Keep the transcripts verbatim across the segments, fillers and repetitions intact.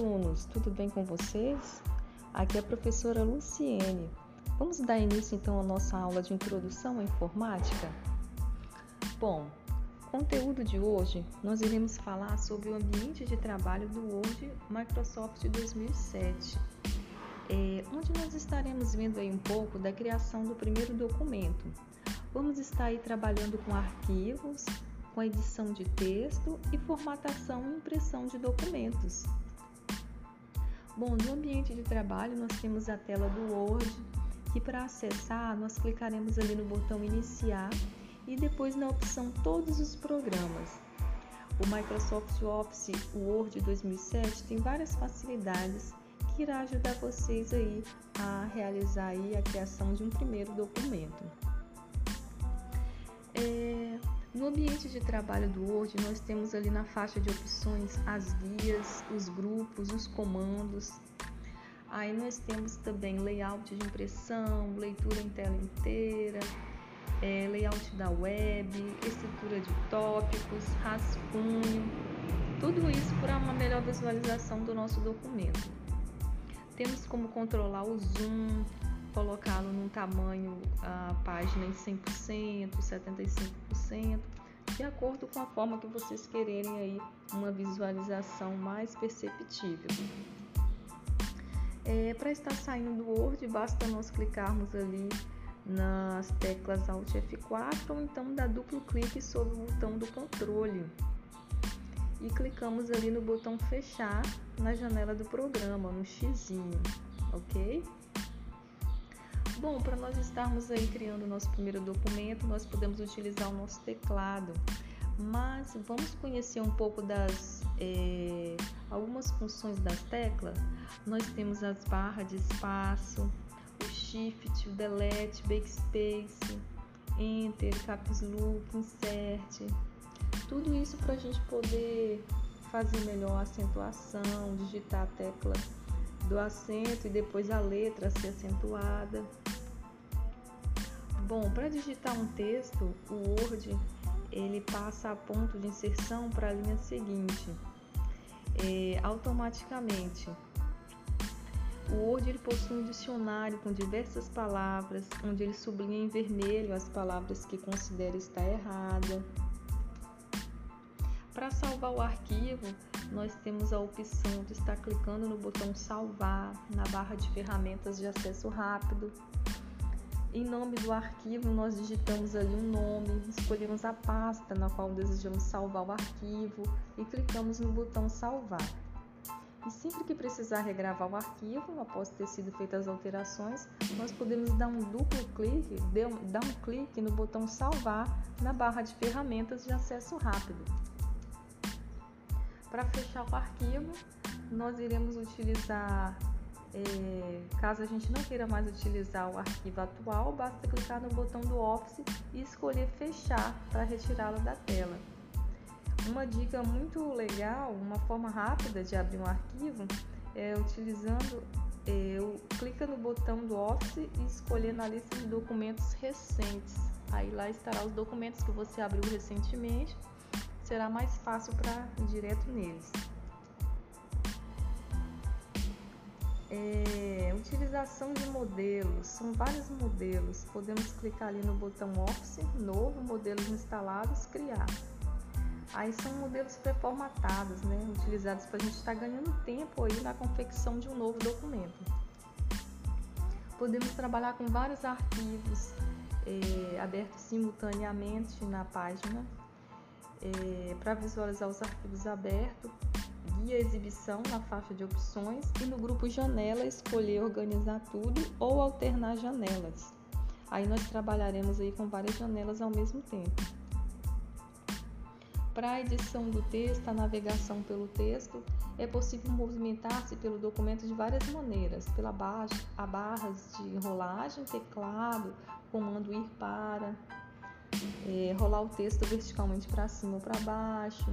alunos, tudo bem com vocês? Aqui é a professora Luciene. Vamos dar início então à nossa aula de introdução à informática? Bom, conteúdo de hoje nós iremos falar sobre o ambiente de trabalho do Word Microsoft dois mil e sete, é, onde nós estaremos vendo aí um pouco da criação do primeiro documento. Vamos estar aí trabalhando com arquivos, com a edição de texto e formatação e impressão de documentos. Bom, no ambiente de trabalho nós temos a tela do Word, que para acessar nós clicaremos ali no botão Iniciar e depois na opção Todos os programas. O Microsoft Office Word dois mil e sete tem várias facilidades que irá ajudar vocês aí a realizar aí a criação de um primeiro documento. É... No ambiente de trabalho do Word, nós temos ali na faixa de opções as guias, os grupos, os comandos. Aí nós temos também layout de impressão, leitura em tela inteira, é, layout da web, estrutura de tópicos, rascunho. Tudo isso para uma melhor visualização do nosso documento. Temos como controlar o zoom, colocá-lo num tamanho, a página em cem por cento, setenta e cinco por cento, de acordo com a forma que vocês quererem aí uma visualização mais perceptível. É, para estar saindo do Word, basta nós clicarmos ali nas teclas Alt F quatro ou então dar duplo clique sobre o botão do controle e clicamos ali no botão fechar na janela do programa, no xizinho, ok? Bom, para nós estarmos aí criando o nosso primeiro documento, nós podemos utilizar o nosso teclado, mas vamos conhecer um pouco das é, algumas funções das teclas. Nós temos as barras de espaço, o Shift, o Delete, Backspace, Enter, Caps Lock, Insert, tudo isso para a gente poder fazer melhor a acentuação, digitar a tecla do acento e depois a letra a ser acentuada. Bom, para digitar um texto, o Word ele passa a ponto de inserção para a linha seguinte, é, automaticamente. O Word ele possui um dicionário com diversas palavras, onde ele sublinha em vermelho as palavras que considera estar errada. Para salvar o arquivo, nós temos a opção de estar clicando no botão salvar na barra de ferramentas de acesso rápido. Em nome do arquivo, nós digitamos ali um nome, escolhemos a pasta na qual desejamos salvar o arquivo e clicamos no botão salvar. E sempre que precisar regravar o arquivo, após ter sido feitas as alterações, nós podemos dar um duplo clique, dar um clique no botão salvar na barra de ferramentas de acesso rápido. Para fechar o arquivo, nós iremos utilizar, é, caso a gente não queira mais utilizar o arquivo atual, basta clicar no botão do Office e escolher fechar para retirá-lo da tela. Uma dica muito legal, uma forma rápida de abrir um arquivo é utilizando, é, clica no botão do Office e escolher na lista de documentos recentes. Aí lá estará os documentos que você abriu recentemente. Será mais fácil para ir direto neles. É, utilização de modelos, são vários modelos. Podemos clicar ali no botão Office, novo, modelos instalados, criar. Aí são modelos pré-formatados, né, utilizados para a gente estar ganhando tempo aí na confecção de um novo documento. Podemos trabalhar com vários arquivos é, abertos simultaneamente na página. É, para visualizar os arquivos abertos, guia exibição na faixa de opções e no grupo janela escolher organizar tudo ou alternar janelas. Aí nós trabalharemos aí com várias janelas ao mesmo tempo. Para a edição do texto, a navegação pelo texto, é possível movimentar-se pelo documento de várias maneiras, pela barra, a barras de rolagem, teclado, comando ir para, É, rolar o texto verticalmente para cima ou para baixo.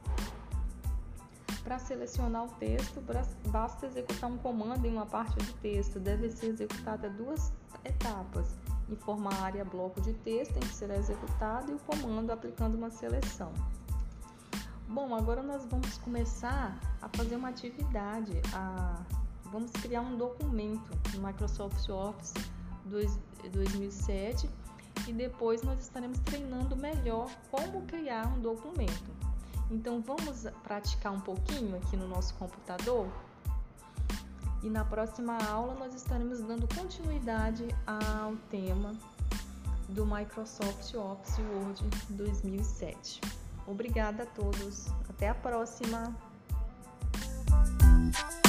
Para selecionar o texto, basta executar um comando em uma parte do texto. Deve ser executada duas etapas: informar a área bloco de texto em que será executado e o comando aplicando uma seleção. Bom, agora nós vamos começar a fazer uma atividade, a... vamos criar um documento no Microsoft Office dois mil e sete e depois nós estaremos treinando melhor como criar um documento. Então vamos praticar um pouquinho aqui no nosso computador e na próxima aula nós estaremos dando continuidade ao tema do Microsoft Office Word dois mil e sete. Obrigada a todos. Até a próxima!